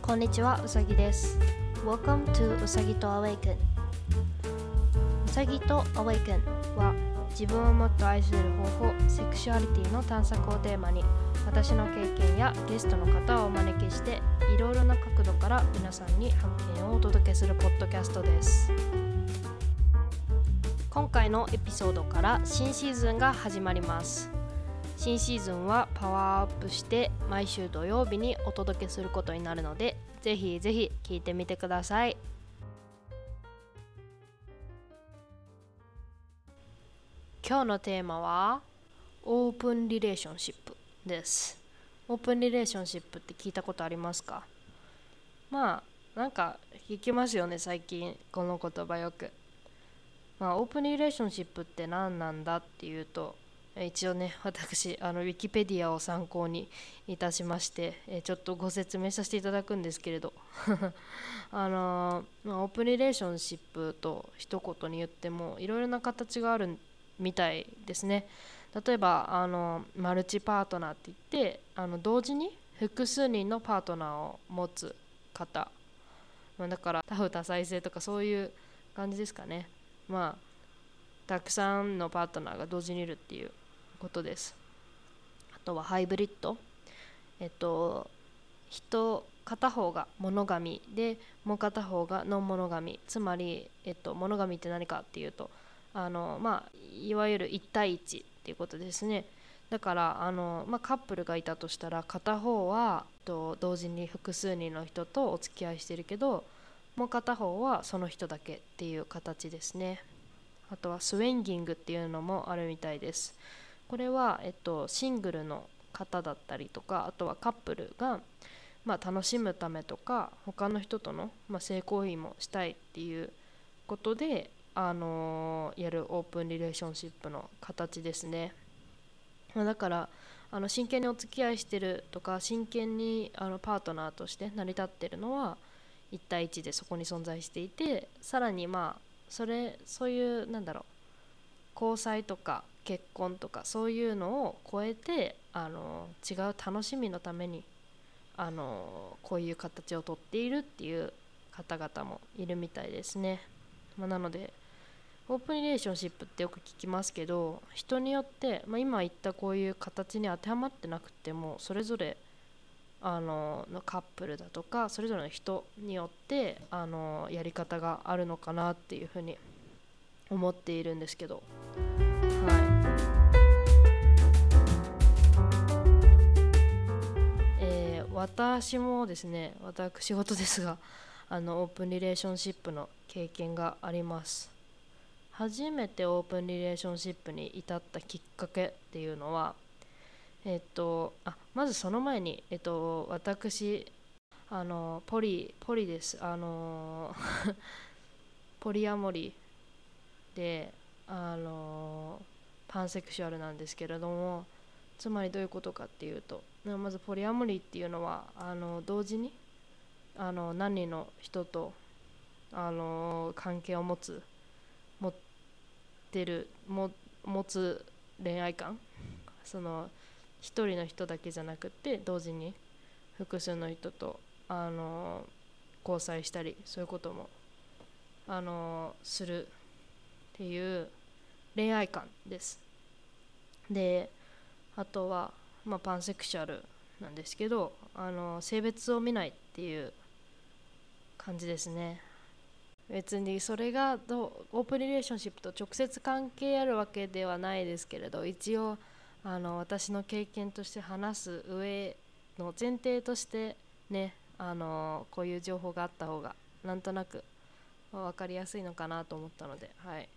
こんにちは、うさぎです。Welcome to うさぎと Awaken。 うさぎと Awaken は自分をもっと愛する方法、セクシュアリティの探索をテーマに、私の経験やゲストの方をお招きしていろいろな角度から皆さんに発見をお届けするポッドキャストです。今回のエピソードから新シーズンが始まります。新シーズンはパワーアップして毎週土曜日にお届けすることになるので、ぜひぜひ聞いてみてください。今日のテーマはオープンリレーションシップです。オープンリレーションシップって聞いたことありますか？なんか聞きますよね、最近この言葉よく。オープンリレーションシップって何なんだっていうと、一応ね、私ウィキペディアを参考にいたしまして、ちょっとご説明させていただくんですけれどオープンリレーションシップと一言に言ってもいろいろな形があるみたいですね。例えばマルチパートナーって言って同時に複数人のパートナーを持つ方、だから多夫多妻制とかそういう感じですかね。たくさんのパートナーが同時にいるっていうことです。あとはハイブリッド、片方がモノガミでもう片方がノンモノガミ、つまり、モノガミって何かっていうといわゆる1対1っていうことですね。だからカップルがいたとしたら、片方は同時に複数人の人とお付き合いしてるけど、もう片方はその人だけっていう形ですね。あとはスウェンギングっていうのもあるみたいです。これは、シングルの方だったりとか、あとはカップルが、楽しむためとか他の人との、性行為もしたいっていうことで、やるオープンリレーションシップの形ですね。だから真剣にお付き合いしてるとか、真剣にパートナーとして成り立ってるのは1対1でそこに存在していて、さらにそういう交際とか結婚とかそういうのを超えて違う楽しみのためにこういう形をとっているっていう方々もいるみたいですね。なのでオープンリレーションシップってよく聞きますけど、人によって、今言ったこういう形に当てはまってなくても、それぞれのカップルだとかそれぞれの人によってやり方があるのかなっていうふうに思っているんですけど、私もですね、私事ですがオープンリレーションシップの経験があります。初めてオープンリレーションシップに至ったきっかけっていうのは、まずその前に、私ポリです。ポリアモリでパンセクシュアルなんですけれども、つまりどういうことかっていうと、まずポリアモリっていうのは同時に何人の人と関係を持つ恋愛観、その一人の人だけじゃなくて同時に複数の人と交際したり、そういうこともするっていう恋愛観です。であとは、パンセクシャルなんですけど、性別を見ないっていう感じですね。別にそれがオープンリレーションシップと直接関係あるわけではないですけれど、一応私の経験として話す上の前提としてね、こういう情報があった方がなんとなく分かりやすいのかなと思ったので、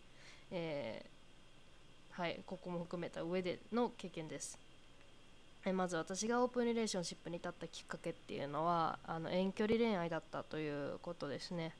ここも含めた上での経験です。まず私がオープンリレーションシップに至ったきっかけっていうのは遠距離恋愛だったということですね。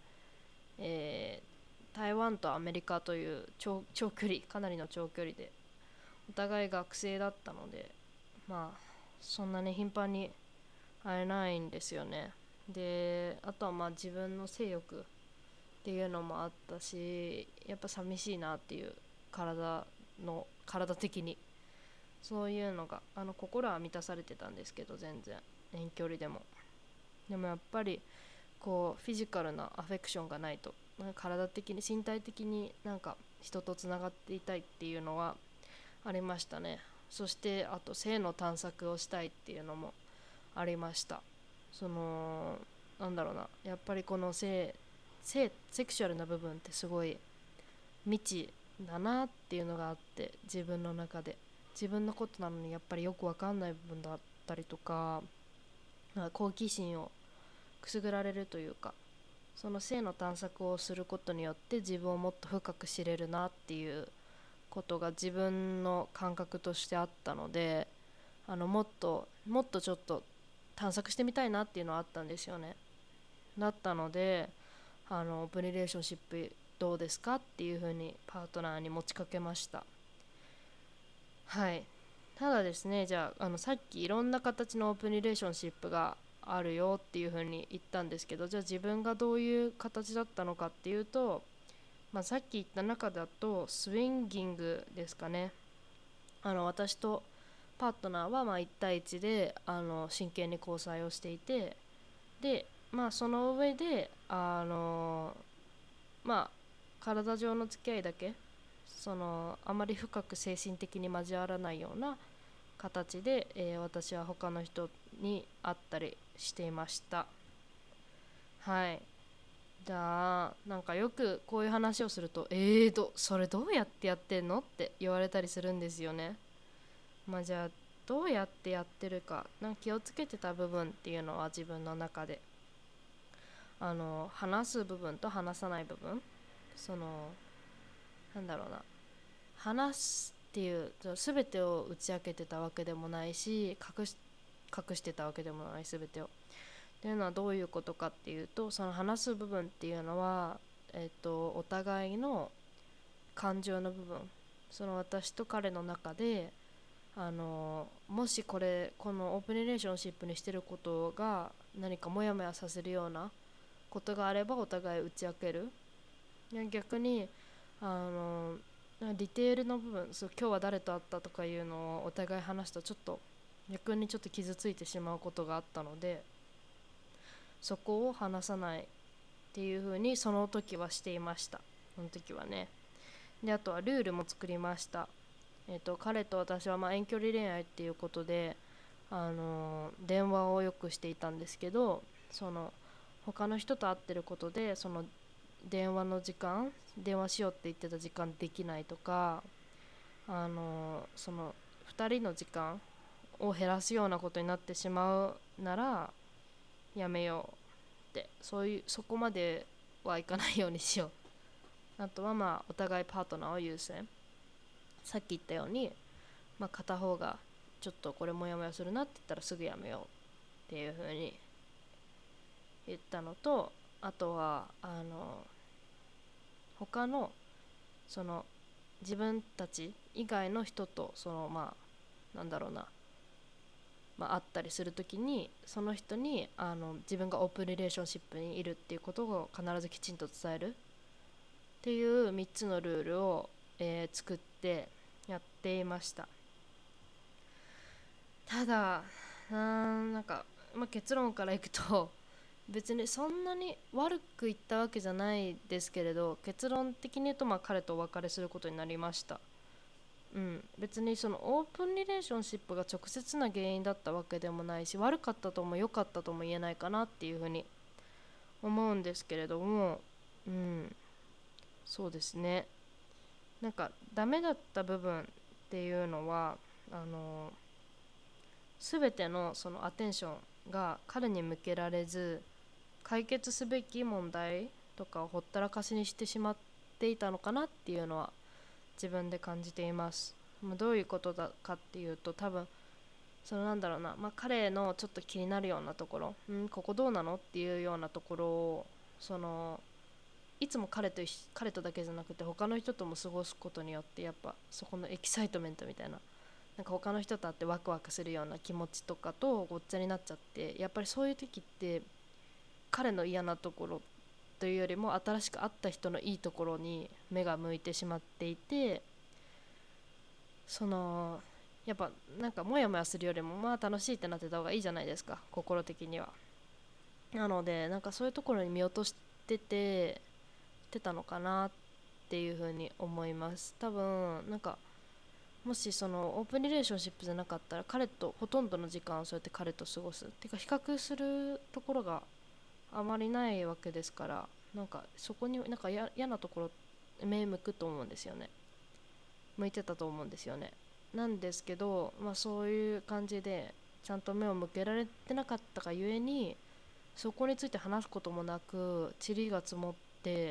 台湾とアメリカという長距離、かなりの長距離で、お互い学生だったので、そんなに頻繁に会えないんですよね。であとは自分の性欲っていうのもあったし、やっぱ寂しいなっていう、体的にそういうのが心は満たされてたんですけど、全然遠距離でもでもやっぱりこうフィジカルなアフェクションがないと、体的に身体的になんか人とつながっていたいっていうのはありましたね。そしてあと性の探索をしたいっていうのもありました。そのなんだろうな、やっぱりこのセクシュアルな部分ってすごい未知だなっていうのがあって、自分の中で自分のことなのにやっぱりよくわかんない部分だったりとか、好奇心をくすぐられるというか、その性の探索をすることによって自分をもっと深く知れるなっていうことが自分の感覚としてあったので、もっとちょっと探索してみたいなっていうのはあったんですよね。だったのでオープンリレーションシップどうですかっていうふうにパートナーに持ちかけました。はい。ただですね、じゃあ、さっきいろんな形のオープンリレーションシップがあるよっていうふうに言ったんですけど、じゃあ自分がどういう形だったのかっていうと、さっき言った中だとスインギングですかね。私とパートナーは1対1で真剣に交際をしていて、でその上で体上の付き合いだけ、あまり深く精神的に交わらないような形で、私は他の人に会ったりしていました。はい。じゃあなんかよくこういう話をするとそれどうやってやってんのって言われたりするんですよね。じゃあどうやってやってるか、なんか気をつけてた部分っていうのは自分の中で話す部分と話さない部分、なんだろうな、話すっていう全てを打ち明けてたわけでもないし、隠してたわけでもない、全てをっていうのはどういうことかっていうと、その話す部分っていうのは、お互いの感情の部分、私と彼の中でもしこのオープンリレーションシップにしてることが何かモヤモヤさせるようなことがあればお互い打ち明ける。逆にディテールの部分、今日は誰と会ったとかいうのをお互い話すと逆にちょっと傷ついてしまうことがあったので、そこを話さないっていう風にその時はしていました。その時はね。であとはルールも作りました。彼と私は遠距離恋愛っていうことで電話をよくしていたんですけど、他の人と会ってることで電話の時間、電話しようって言ってた時間できないとか、2人の時間を減らすようなことになってしまうならやめようって、そこまではいかないようにしよう。あとはお互いパートナーを優先、さっき言ったように、片方がちょっとこれモヤモヤするなって言ったらすぐやめようっていう風に言ったのと、あとは他の自分たち以外の人となんだろうな、会ったりするときにその人に自分がオープンリレーションシップにいるっていうことを必ずきちんと伝えるっていう3つのルールを、作ってやっていました。ただ結論からいくと別にそんなに悪く言ったわけじゃないですけれど、結論的に言うと彼とお別れすることになりました。別にそのオープンリレーションシップが直接な原因だったわけでもないし、悪かったとも良かったとも言えないかなっていうふうに思うんですけれども、そうですね。ダメだった部分っていうのは全てのそのアテンションが彼に向けられず、解決すべき問題とかをほったらかしにしてしまっていたのかなっていうのは自分で感じています。どういうことだかっていうと、多分なんだろうな、彼のちょっと気になるようなところ、ここどうなのっていうようなところをいつも彼とだけじゃなくて他の人とも過ごすことによって、やっぱそこのエキサイトメントみたいな、他の人と会ってワクワクするような気持ちとかとごっちゃになっちゃって、やっぱりそういう時って彼の嫌なところというよりも新しく会った人のいいところに目が向いてしまっていて、やっぱモヤモヤするよりも楽しいってなってた方がいいじゃないですか、心的には。 なのでなんかそういうところに見落としてたのかなっていうふうに思います。多分なんかもしそのオープンリレーションシップじゃなかったら彼とほとんどの時間をそうやって彼と過ごすてか比較するところがあまりないわけですから、なんかそこになんか嫌なところ目向くと思うんですよね。向いてたと思うんですよね。なんですけど、まあ、そういう感じでちゃんと目を向けられてなかったがゆえに、そこについて話すこともなく塵が積もって、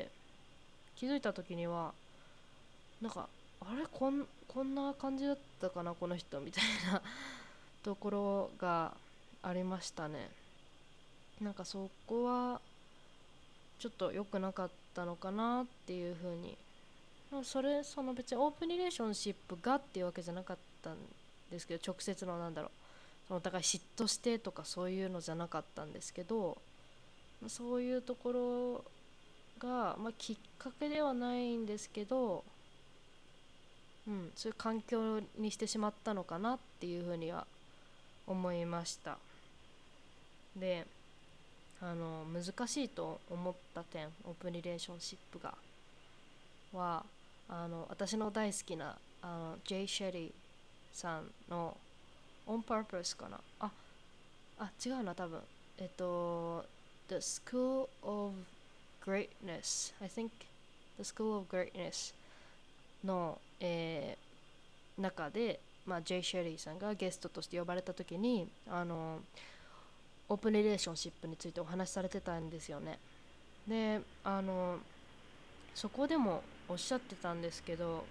気づいた時にはなんかあれこんな感じだったかなこの人みたいなところがありましたね。なんかそこはちょっと良くなかったのかなっていうふうに。その別にオープンリレーションシップがっていうわけじゃなかったんですけど、直接のなんだろう、そのお互い嫉妬してとかそういうのじゃなかったんですけど、そういうところが、まあ、きっかけではないんですけど、そういう環境にしてしまったのかなっていうふうには思いました。で、難しいと思った点、オープンリレーションシップがは、私の大好きなジェイ・シェリーさんの On Purpose かな、違うな多分、The School of Greatness, I think The School of Greatness の、中で、まあ、ジェイ・シェリーさんがゲストとして呼ばれた時にオープンリレーションシップについてお話しされてたんですよね。でそこでもおっしゃってたんですけど、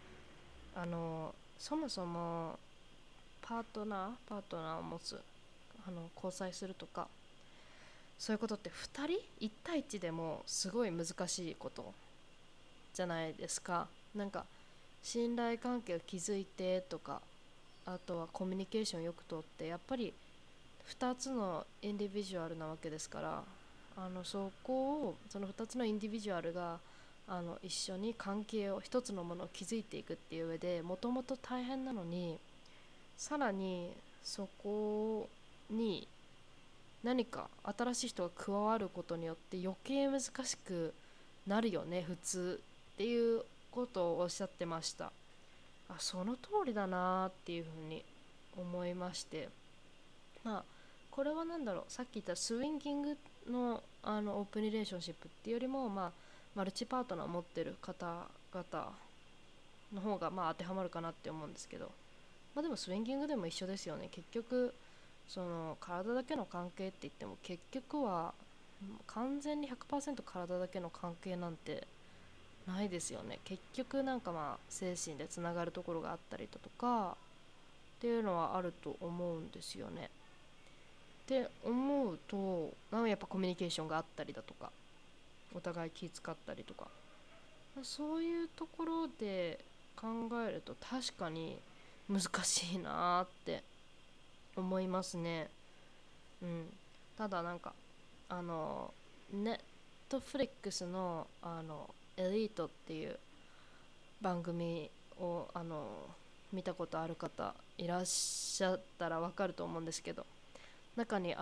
そもそもパートナーを持つ、交際するとかそういうことって2人1対1でもすごい難しいことじゃないですか。なんか信頼関係を築いてとか、あとはコミュニケーションをよくとって、やっぱり2つのインディビジュアルなわけですから、その2つのインディビジュアルが一緒に関係を一つのものを築いていくっていう上でもともと大変なのに、さらにそこに何か新しい人が加わることによって余計難しくなるよね普通っていうことをおっしゃってました。その通りだなっていうふうに思いまして、まあこれは何だろう、さっき言ったスインギングの、オープンリレーションシップっていうよりも、まあ、マルチパートナーを持ってる方々の方がまあ当てはまるかなって思うんですけど、まあ、でもスインギングでも一緒ですよね。結局その体だけの関係って言っても結局は完全に 100% 体だけの関係なんてないですよね。結局なんかまあ精神でつながるところがあったりだとかっていうのはあると思うんですよね。って思うとなんかやっぱコミュニケーションがあったりだとか、お互い気遣ったりとか、そういうところで考えると確かに難しいなって思いますね。ただなんかネットフリックスのエリートっていう番組を見たことある方いらっしゃったらわかると思うんですけど、中に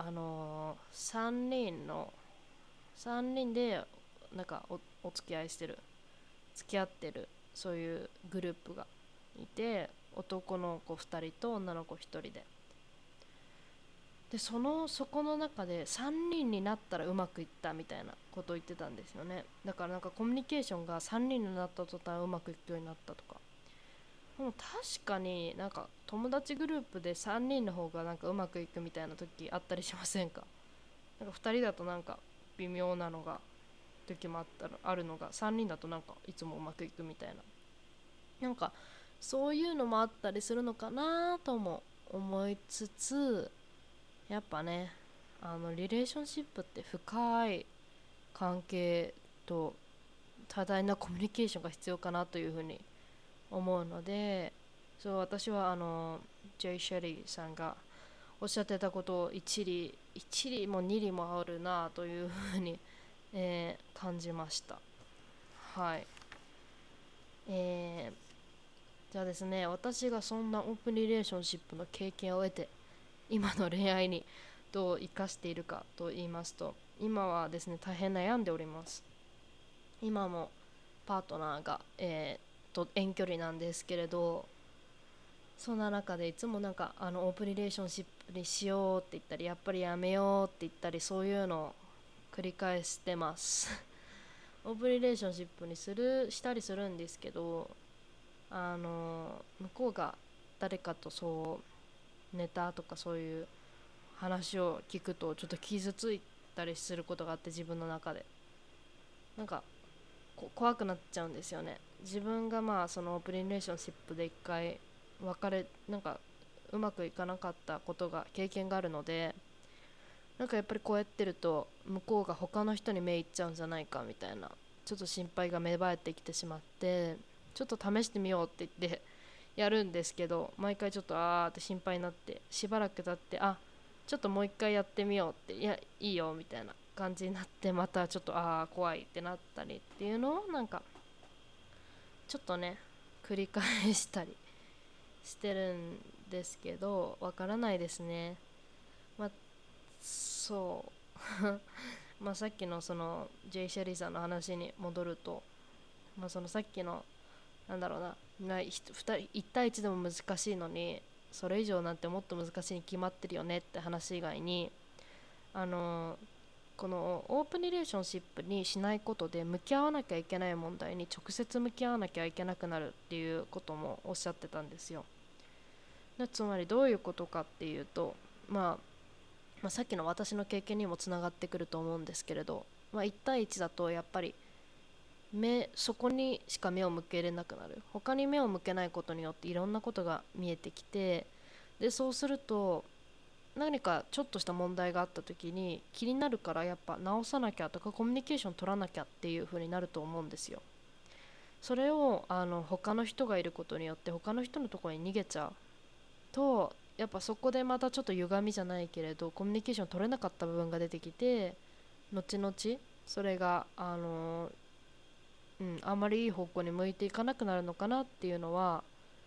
3人でなんかお付き合いしてる付き合ってるそういうグループがいて、男の子2人と女の子1人で、そこの中で3人になったらうまくいったみたいなことを言ってたんですよね。だからなんかコミュニケーションが3人になった途端うまくいくようになったとか。でも確かになんか友達グループで3人の方がなんかうまくいくみたいな時あったりしませんか？なんか2人だとなんか微妙なのが時もあるのが、3人だとなんかいつもうまくいくみたいな、なんかそういうのもあったりするのかなとも思いつつ、やっぱねリレーションシップって深い関係と多大なコミュニケーションが必要かなというふうに思うので、そう私はジェイ・シェリーさんがおっしゃってたことを一理も二理もあるなというふうに、感じました。はい、じゃあですね、私がそんなオープンリレーションシップの経験を得て今の恋愛にどう生かしているかと言いますと、今はですね大変悩んでおります。今もパートナーが、遠距離なんですけれど、そんな中でいつもなんかオープンリレーションシップにしようって言ったり、やっぱりやめようって言ったり、そういうのを繰り返してますオープンリレーションシップにしたりするんですけど、向こうが誰かとそうネタとかそういう話を聞くとちょっと傷ついたりすることがあって、自分の中でなんか怖くなっちゃうんですよね。自分がそのオープンリレーションシップで一回なんかうまくいかなかったことが経験があるので、なんかやっぱりこうやってると向こうが他の人に目いっちゃうんじゃないかみたいな、ちょっと心配が芽生えてきてしまって、ちょっと試してみようって言ってやるんですけど、毎回ちょっとって心配になって、しばらく経ってちょっともう一回やってみようって、いやいいよみたいな感じになって、またちょっと怖いってなったりっていうのをなんかちょっとね繰り返したりしてるんですけど、わからないですね。まあそうさっきのそのジェイ・シェリーさんの話に戻ると、そのさっきのなんだろうな、1対1でも難しいのにそれ以上なんてもっと難しいに決まってるよねって話以外に、このオープンリレーションシップにしないことで向き合わなきゃいけない問題に直接向き合わなきゃいけなくなるっていうこともおっしゃってたんですよ。つまりどういうことかっていうと、さっきの私の経験にもつながってくると思うんですけれど、1対1だとやっぱりそこにしか目を向けれなくなる。他に目を向けないことによっていろんなことが見えてきて、でそうすると何かちょっとした問題があった時に気になるから、やっぱ直さなきゃとかコミュニケーション取らなきゃっていう風になると思うんですよ。それを他の人がいることによって他の人のところに逃げちゃうと、やっぱそこでまたちょっと歪みじゃないけれどコミュニケーション取れなかった部分が出てきて、後々それがあんまりいい方向に向いていかなくなるのかなっていうのは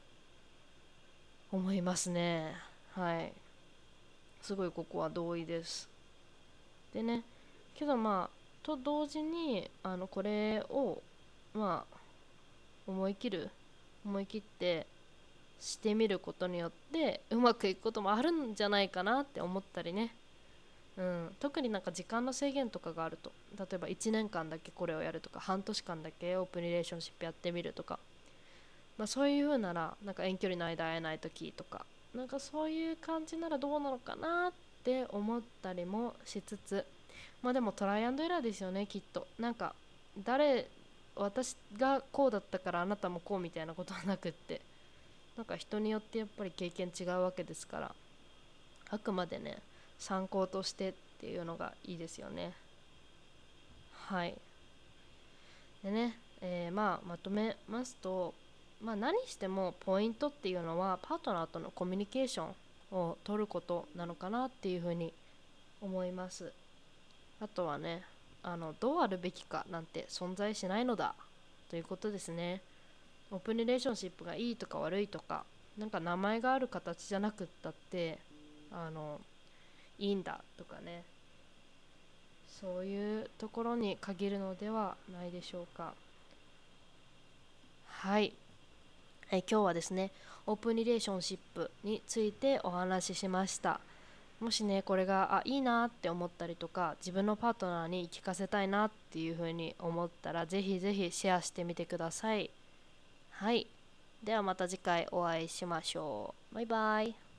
思いますね。はい、すごいここは同意です。でね、けどと同時にこれを思い切ってしてみることによってうまくいくこともあるんじゃないかなって思ったりね。特になんか時間の制限とかがあると、例えば1年間だけこれをやるとか半年間だけオープンリレーションシップやってみるとか、そういう風ならなんか遠距離の間会えない時とか、なんかそういう感じならどうなのかなって思ったりもしつつ、でもトライアンドエラーですよね、きっと。なんか私がこうだったからあなたもこうみたいなことはなくって、なんか人によってやっぱり経験違うわけですから、あくまでね参考としてっていうのがいいですよね。はい。でね、まとめますと、何してもポイントっていうのはパートナーとのコミュニケーションを取ることなのかなっていうふうに思います。あとはね、どうあるべきかなんて存在しないのだということですね。オープンリレーションシップがいいとか悪いとか、なんか名前がある形じゃなくったっていいんだとかね、そういうところに限るのではないでしょうか。はい、今日はですねオープンリレーションシップについてお話ししました。もしねこれがいいなって思ったりとか、自分のパートナーに聞かせたいなっていう風に思ったら、ぜひぜひシェアしてみてください。はい、ではまた次回お会いしましょう。バイバイ。